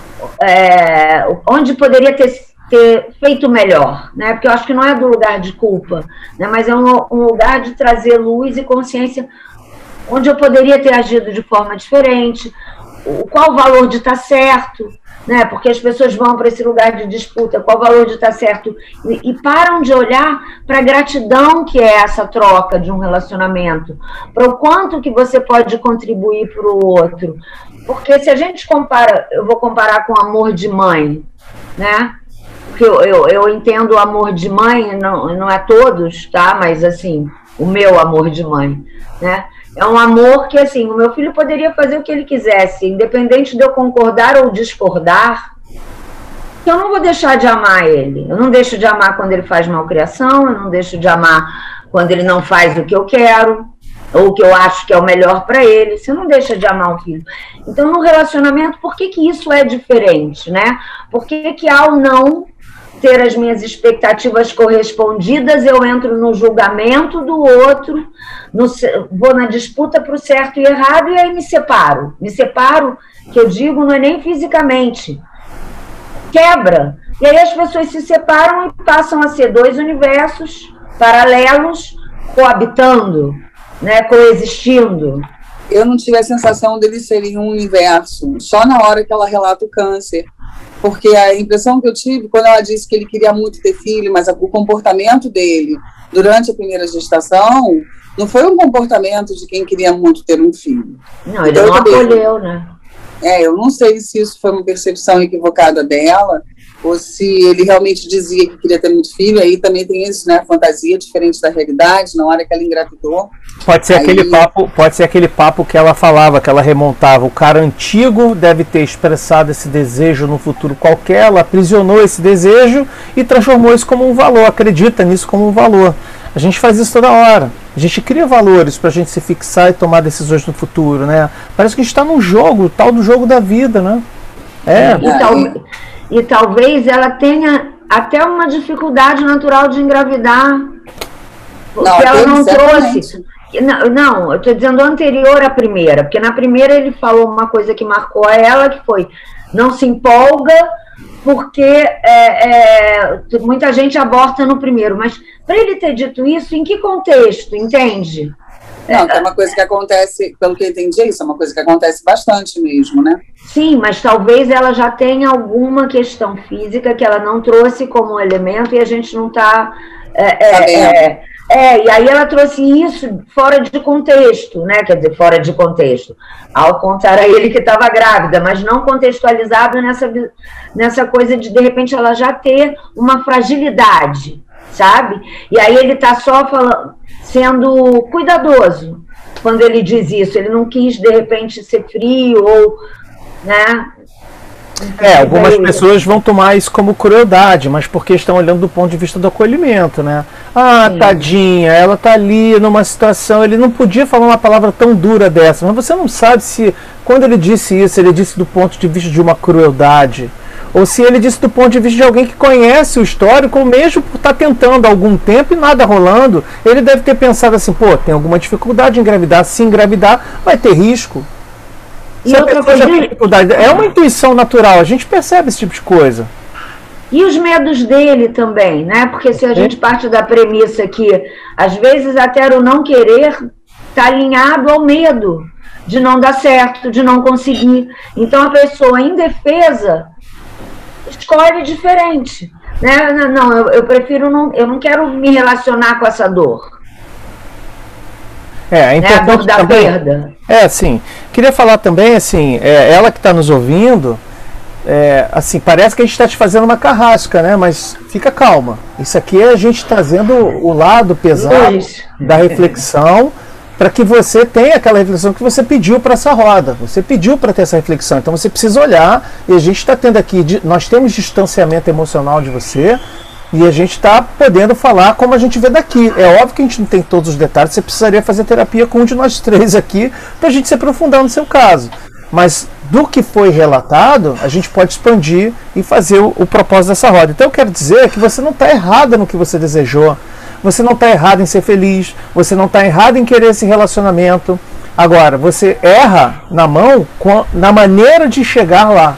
é, onde poderia ter, ter feito melhor, né? Porque eu acho que não é do lugar de culpa, né? Mas é um, um lugar de trazer luz e consciência onde eu poderia ter agido de forma diferente, o, qual o valor de estar certo, né? Porque as pessoas vão para esse lugar de disputa, qual o valor de estar certo, e, e param de olhar para a gratidão que é essa troca de um relacionamento, para o quanto que você pode contribuir para o outro. Porque se a gente compara, eu vou comparar com amor de mãe, né? Porque eu, eu, eu entendo o amor de mãe, não, não é todos, tá? Mas assim, o meu amor de mãe, né? É um amor que, assim, o meu filho poderia fazer o que ele quisesse, independente de eu concordar ou discordar, eu não vou deixar de amar ele. Eu não deixo de amar quando ele faz malcriação, eu não deixo de amar quando ele não faz o que eu quero, ou o que eu acho que é o melhor para ele. Você não deixa de amar um filho. Então, no relacionamento, por que que isso é diferente, né? Por que que ao não ter as minhas expectativas correspondidas, eu entro no julgamento do outro, no, vou na disputa para o certo e errado, e aí me separo. Me separo, que eu digo, não é nem fisicamente. Quebra. E aí as pessoas se separam e passam a ser dois universos paralelos, coabitando, né, coexistindo. Eu não tive a sensação deles serem um universo, só na hora que ela relata o câncer. Porque a impressão que eu tive, quando ela disse que ele queria muito ter filho, mas o comportamento dele durante a primeira gestação não foi um comportamento de quem queria muito ter um filho. Não, ele então, não acolheu, né? É, eu não sei se isso foi uma percepção equivocada dela, ou se ele realmente dizia que queria ter muito filho. Aí também tem isso, né? Fantasia diferente da realidade, na hora que ela engravidou. Pode ser, aí... aquele papo, pode ser aquele papo que ela falava, que ela remontava. O cara antigo deve ter expressado esse desejo no futuro qualquer, ela aprisionou esse desejo e transformou isso como um valor, acredita nisso como um valor. A gente faz isso toda hora. A gente cria valores para a gente se fixar e tomar decisões no futuro, né? Parece que a gente está num jogo, tal do jogo da vida, né? É. E, tal, e talvez ela tenha até uma dificuldade natural de engravidar, porque não, ela não trouxe. Não, não, eu estou dizendo anterior à primeira, porque na primeira ele falou uma coisa que marcou ela, que foi: não se empolga, porque é, é, muita gente aborta no primeiro. Mas para ele ter dito isso, em que contexto, entende? Não, é uma coisa que acontece, pelo que eu entendi, isso é uma coisa que acontece bastante mesmo, né? Sim, mas talvez ela já tenha alguma questão física que ela não trouxe como elemento e a gente não está... É, é, é, é, e aí ela trouxe isso fora de contexto, né? Quer dizer, fora de contexto. Ao contar a ele que estava grávida, mas não contextualizado nessa, nessa coisa de, de repente, ela já ter uma fragilidade, sabe? E aí ele está só falando, sendo cuidadoso quando ele diz isso. Ele não quis, de repente, ser frio ou, né? É, algumas pessoas vão tomar isso como crueldade, mas porque estão olhando do ponto de vista do acolhimento, né? Ah, sim, tadinha, ela tá ali numa situação, ele não podia falar uma palavra tão dura dessa, mas você não sabe se, quando ele disse isso, ele disse do ponto de vista de uma crueldade, ou se ele disse do ponto de vista de alguém que conhece o histórico, ou mesmo por estar tentando há algum tempo e nada rolando, ele deve ter pensado assim, pô, tem alguma dificuldade em engravidar, se engravidar vai ter risco. E outra coisa... É uma intuição natural, a gente percebe esse tipo de coisa. E os medos dele também, né? Porque se a gente parte da premissa que, às vezes, até o não querer está alinhado ao medo de não dar certo, de não conseguir. Então, a pessoa indefesa escolhe diferente, né? Não, eu, eu prefiro não... Eu não quero me relacionar com essa dor. É, é importante, né, a dor da também, perda. É, assim, queria falar também, assim, é, ela que está nos ouvindo, é, assim, parece que a gente está te fazendo uma carrasca, né, mas fica calma. Isso aqui é a gente trazendo o lado pesado Dois. da reflexão, para que você tenha aquela reflexão que você pediu para essa roda. Você pediu para ter essa reflexão, então você precisa olhar, e a gente está tendo aqui, nós temos distanciamento emocional de você, e a gente está podendo falar como a gente vê daqui. É óbvio que a gente não tem todos os detalhes, você precisaria fazer terapia com um de nós três aqui para a gente se aprofundar no seu caso. Mas do que foi relatado, a gente pode expandir e fazer o, o propósito dessa roda. Então eu quero dizer que você não está errada no que você desejou, você não está errado em ser feliz, você não está errado em querer esse relacionamento. Agora, você erra na mão, com, na maneira de chegar lá.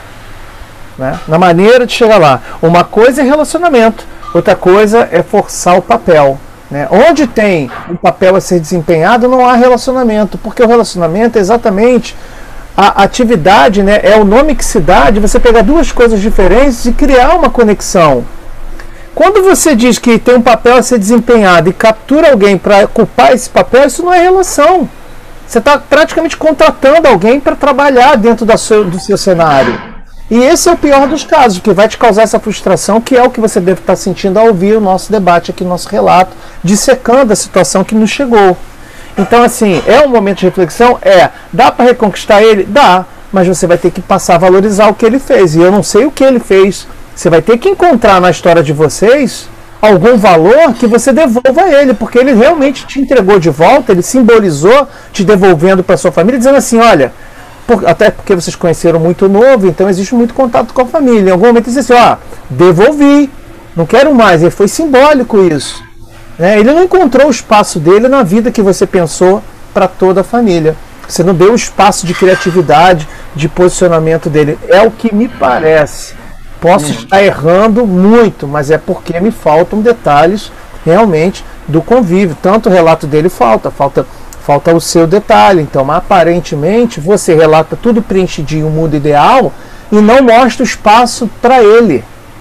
Né? Na maneira de chegar lá. Uma coisa é relacionamento, outra coisa é forçar o papel. Né? Onde tem um papel a ser desempenhado, não há relacionamento, porque o relacionamento é exatamente a atividade, né? É o nome que se dá de você pegar duas coisas diferentes e criar uma conexão. Quando você diz que tem um papel a ser desempenhado e captura alguém para ocupar esse papel, isso não é relação. Você está praticamente contratando alguém para trabalhar dentro da seu, do seu cenário. E esse é o pior dos casos, que vai te causar essa frustração, que é o que você deve estar sentindo ao ouvir o nosso debate aqui, o nosso relato, dissecando a situação que nos chegou. Então, assim, é um momento de reflexão? É. Dá para reconquistar ele? Dá. Mas você vai ter que passar a valorizar o que ele fez. E eu não sei o que ele fez. Você vai ter que encontrar na história de vocês algum valor que você devolva a ele, porque ele realmente te entregou de volta, ele simbolizou te devolvendo para sua família, dizendo assim, olha... Por, até porque vocês conheceram muito novo, então existe muito contato com a família. Em algum momento ele disse assim, ó, devolvi, não quero mais. E foi simbólico isso. Né? Ele não encontrou o espaço dele na vida que você pensou para toda a família. Você não deu o espaço de criatividade, de posicionamento dele. É o que me parece. Posso hum. estar errando muito, mas é porque me faltam detalhes realmente do convívio. Tanto o relato dele falta, falta... Falta o seu detalhe. Então, aparentemente, você relata tudo preenchidinho, um mundo ideal, e não mostra o espaço para ele.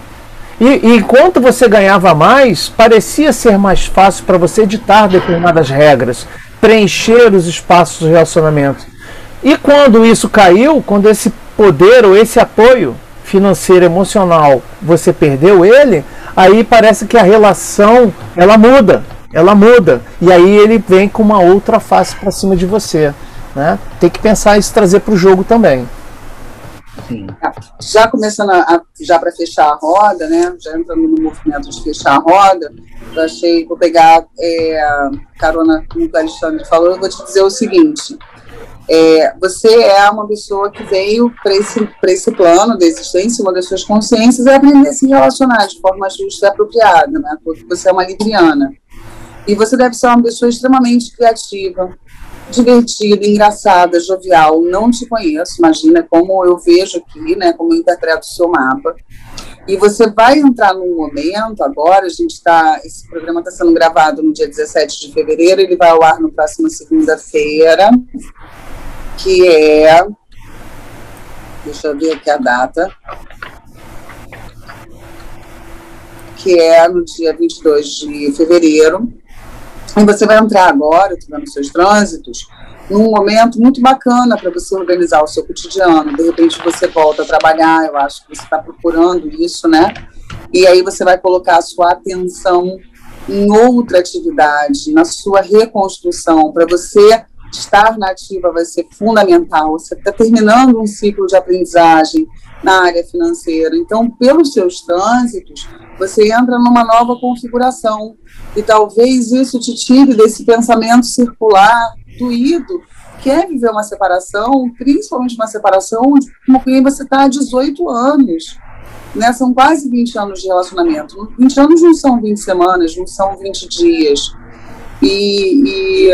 E, e enquanto você ganhava mais, parecia ser mais fácil para você editar determinadas regras, preencher os espaços do relacionamento. E quando isso caiu, quando esse poder ou esse apoio financeira, emocional, você perdeu ele, aí parece que a relação, ela muda, ela muda, e aí ele vem com uma outra face para cima de você, né? Tem que pensar isso, trazer para o jogo também. Sim. Já começando, a, já para fechar a roda, né? Já entrando no movimento de fechar a roda, eu achei, vou pegar é, carona no que o Alexandre falou, eu vou te dizer o seguinte, é, você é uma pessoa que veio para esse, para esse plano da existência, uma das suas consciências é aprender a se relacionar de forma justa e apropriada, né? Porque você é uma libriana. E você deve ser uma pessoa extremamente criativa, divertida, engraçada, jovial. Não te conheço, imagina como eu vejo aqui, né, como eu interpreto o seu mapa. E você vai entrar num momento agora, a gente está, esse programa está sendo gravado no dia dezessete de fevereiro, ele vai ao ar no próximo segunda-feira, que é, deixa eu ver aqui a data, que é no dia vinte e dois de fevereiro. E você vai entrar agora, estou vendo seus trânsitos, num momento muito bacana para você organizar o seu cotidiano. De repente você volta a trabalhar, eu acho que você está procurando isso, né? E aí você vai colocar a sua atenção em outra atividade, na sua reconstrução. Para você estar na ativa vai ser fundamental. Você está terminando um ciclo de aprendizagem na área financeira. Então, pelos seus trânsitos, você entra numa nova configuração. E talvez isso te tire desse pensamento circular, doído, que é viver uma separação, principalmente uma separação com quem você está há dezoito anos. Né? São quase vinte anos de relacionamento. vinte anos não são vinte semanas, não são vinte dias. E, e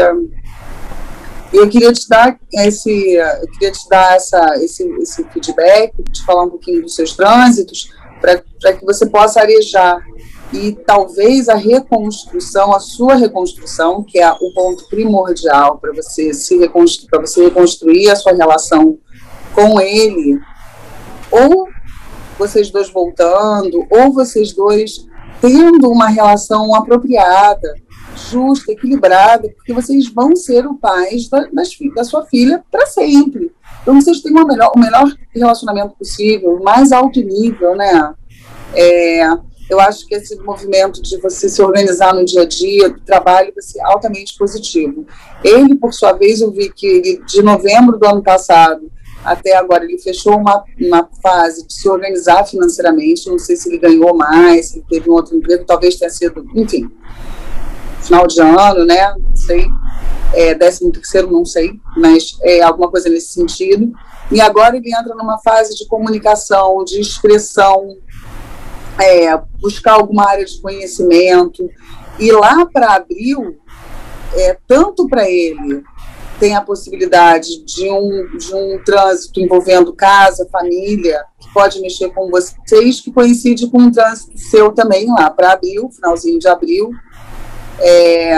eu queria te dar esse, eu queria te dar essa, esse, esse feedback, te falar um pouquinho dos seus trânsitos, para que você possa arejar. E talvez a reconstrução, a sua reconstrução, que é o ponto primordial para você se reconstruir, para você reconstruir a sua relação com ele, ou vocês dois voltando, ou vocês dois tendo uma relação apropriada, justa, equilibrada, porque vocês vão ser o pais da, das, da sua filha para sempre. Então vocês têm uma melhor, o melhor relacionamento possível, mais alto nível, né? É... Eu acho que esse movimento de você se organizar no dia a dia, do trabalho, vai ser altamente positivo. Ele, por sua vez, eu vi que ele, de novembro do ano passado até agora, ele fechou uma, uma fase de se organizar financeiramente. Não sei se ele ganhou mais, se ele teve um outro emprego, talvez tenha sido, enfim, final de ano, né? Não sei, é, décimo terceiro, não sei, mas é alguma coisa nesse sentido. E agora ele entra numa fase de comunicação, de expressão, É, buscar alguma área de conhecimento, e lá para abril, é, tanto para ele tem a possibilidade de um, de um trânsito envolvendo casa, família, que pode mexer com vocês, que coincide com um trânsito seu também lá para abril, finalzinho de abril, é,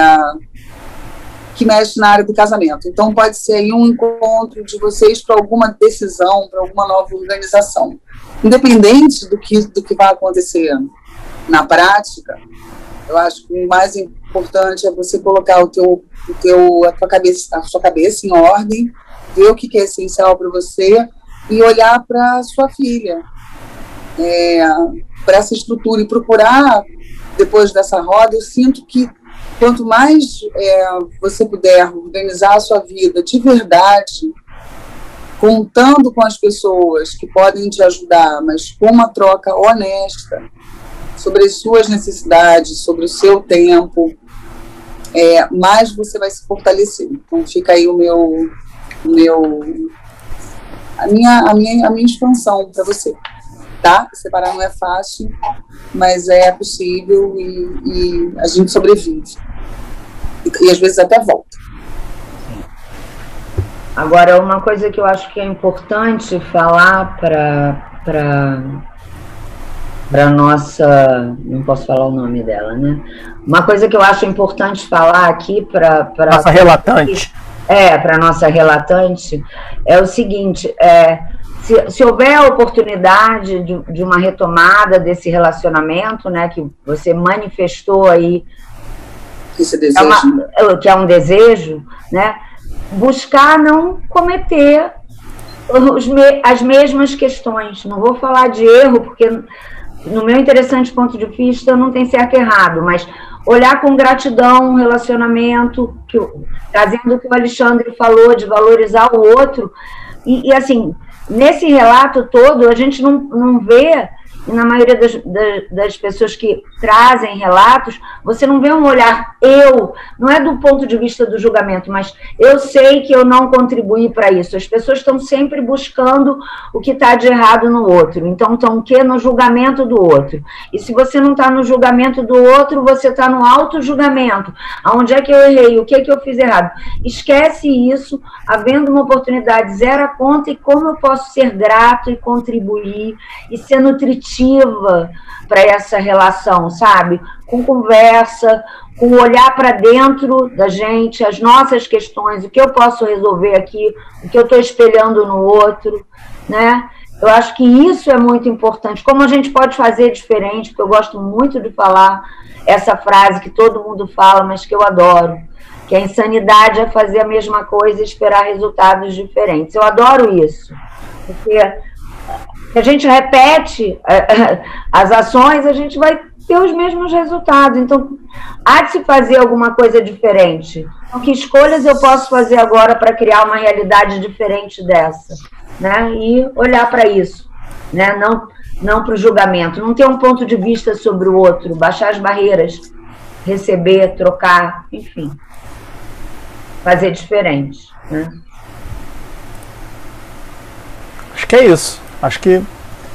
que mexe na área do casamento. Então pode ser aí um encontro de vocês para alguma decisão, para alguma nova organização. Independente do que, do que vai acontecer na prática, eu acho que o mais importante é você colocar o teu, o teu, a, tua cabeça, a sua cabeça em ordem, ver o que é essencial para você e olhar para a sua filha, é, para essa estrutura, e procurar, depois dessa roda, eu sinto que quanto mais é, você puder organizar a sua vida de verdade, contando com as pessoas que podem te ajudar, mas com uma troca honesta sobre as suas necessidades, sobre o seu tempo, é, mais você vai se fortalecer. Então fica aí o meu, o meu a minha, a minha, a minha expansão para você, tá? Separar não é fácil, mas é possível, e, e a gente sobrevive. E, e às vezes até volta. Agora, uma coisa que eu acho que é importante falar para para nossa, não posso falar o nome dela, né? Uma coisa que eu acho importante falar aqui para nossa relatante, é para nossa relatante é o seguinte: é, se, se houver a oportunidade de, de uma retomada desse relacionamento, né, que você manifestou aí, esse desejo, é uma, que é um desejo, né? Buscar não cometer os me, as mesmas questões. Não vou falar de erro, porque no meu interessante ponto de vista não tem certo e errado, mas olhar com gratidão o relacionamento, que, trazendo o que o Alexandre falou, de valorizar o outro. E, e assim, nesse relato todo, a gente não, não vê, e na maioria das, das, das pessoas que trazem relatos, você não vê um olhar eu, não é do ponto de vista do julgamento, mas eu sei que eu não contribuí para isso. As pessoas estão sempre buscando o que está de errado no outro, então estão o quê? No julgamento do outro. E se você não está no julgamento do outro, você está no auto-julgamento. Aonde é que eu errei? O que é que eu fiz errado? Esquece isso, havendo uma oportunidade, zero a conta, e como eu posso ser grato e contribuir e ser nutritivo para essa relação, sabe? Com conversa, com olhar para dentro da gente, as nossas questões, o que eu posso resolver aqui, o que eu estou espelhando no outro, né? Eu acho que isso é muito importante. Como a gente pode fazer diferente, porque eu gosto muito de falar essa frase que todo mundo fala, mas que eu adoro, que a insanidade é fazer a mesma coisa e esperar resultados diferentes. Eu adoro isso, porque se a gente repete as ações, a gente vai ter os mesmos resultados. Então, há de se fazer alguma coisa diferente. Então, que escolhas eu posso fazer agora para criar uma realidade diferente dessa? Né? E olhar para isso, né? Não, não para o julgamento. Não ter um ponto de vista sobre o outro, baixar as barreiras, receber, trocar, enfim. Fazer diferente. Né? Acho que é isso. Acho que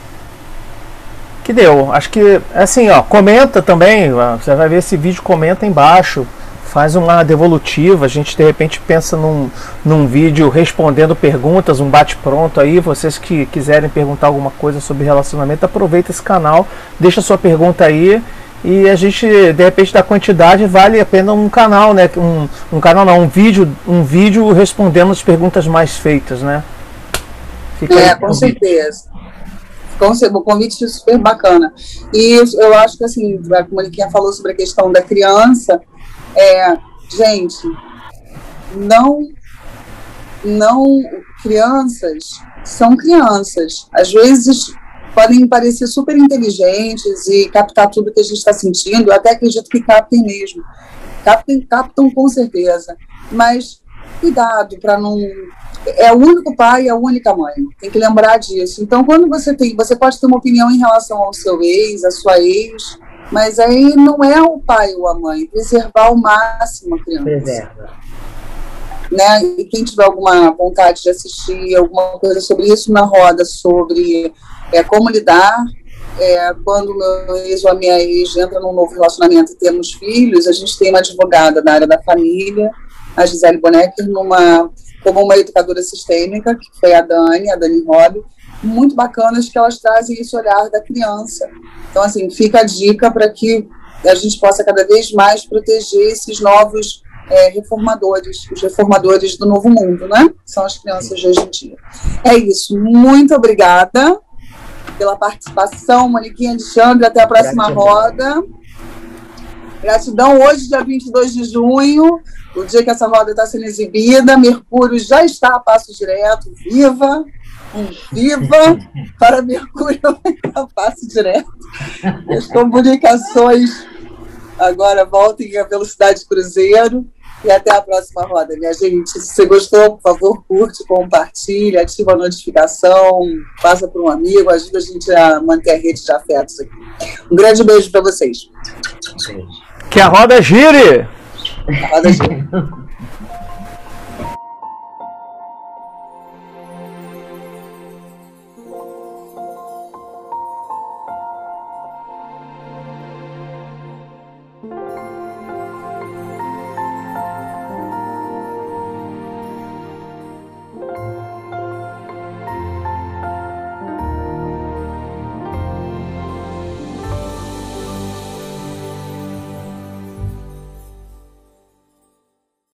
que deu. Acho que, assim, ó, comenta também, você vai ver esse vídeo, comenta embaixo, faz uma devolutiva, a gente de repente pensa num, num vídeo respondendo perguntas, um bate-pronto aí, vocês que quiserem perguntar alguma coisa sobre relacionamento, aproveita esse canal, deixa sua pergunta aí, e a gente, de repente, da quantidade, vale a pena um canal, né, um, um canal não, um vídeo, um vídeo respondendo as perguntas mais feitas, né. Fica é, com certeza. O convite é super bacana. E eu acho que, assim, como ele falou sobre a questão da criança, é, gente, não, não, crianças são crianças. Às vezes podem parecer super inteligentes e captar tudo que a gente está sentindo, eu até acredito que captem mesmo. Captam, captam com certeza. Mas cuidado para não... É o único pai e a única mãe. Tem que lembrar disso. Então, quando você tem... Você pode ter uma opinião em relação ao seu ex, à sua ex, mas aí não é o pai ou a mãe. Preservar ao máximo a criança. Preserva. Né? E quem tiver alguma vontade de assistir alguma coisa sobre isso na roda, sobre é, como lidar... É, quando o meu ex ou a minha ex entra num novo relacionamento e temos filhos, a gente tem uma advogada da área da família, a Gisele Bonecker, numa... como uma educadora sistêmica, que foi a Dani, a Dani Robb, muito bacanas, que elas trazem esse olhar da criança. Então, assim, fica a dica para que a gente possa cada vez mais proteger esses novos é, reformadores, os reformadores do novo mundo, né? São as crianças de hoje em dia. É isso. Muito obrigada pela participação, Moniquinha, Alexandre. Até a próxima Gratidão. roda. Gratidão. Hoje, dia vinte e dois de junho, o dia que essa roda está sendo exibida, Mercúrio já está a passo direto. Viva! Um viva para Mercúrio a passo direto. As comunicações agora voltem à velocidade cruzeiro. E até a próxima roda, minha gente. Se você gostou, por favor, curte, compartilha, ativa a notificação, passa para um amigo, ajuda a gente a manter a rede de afetos aqui. Um grande beijo para vocês. Que a roda gire! A roda gire.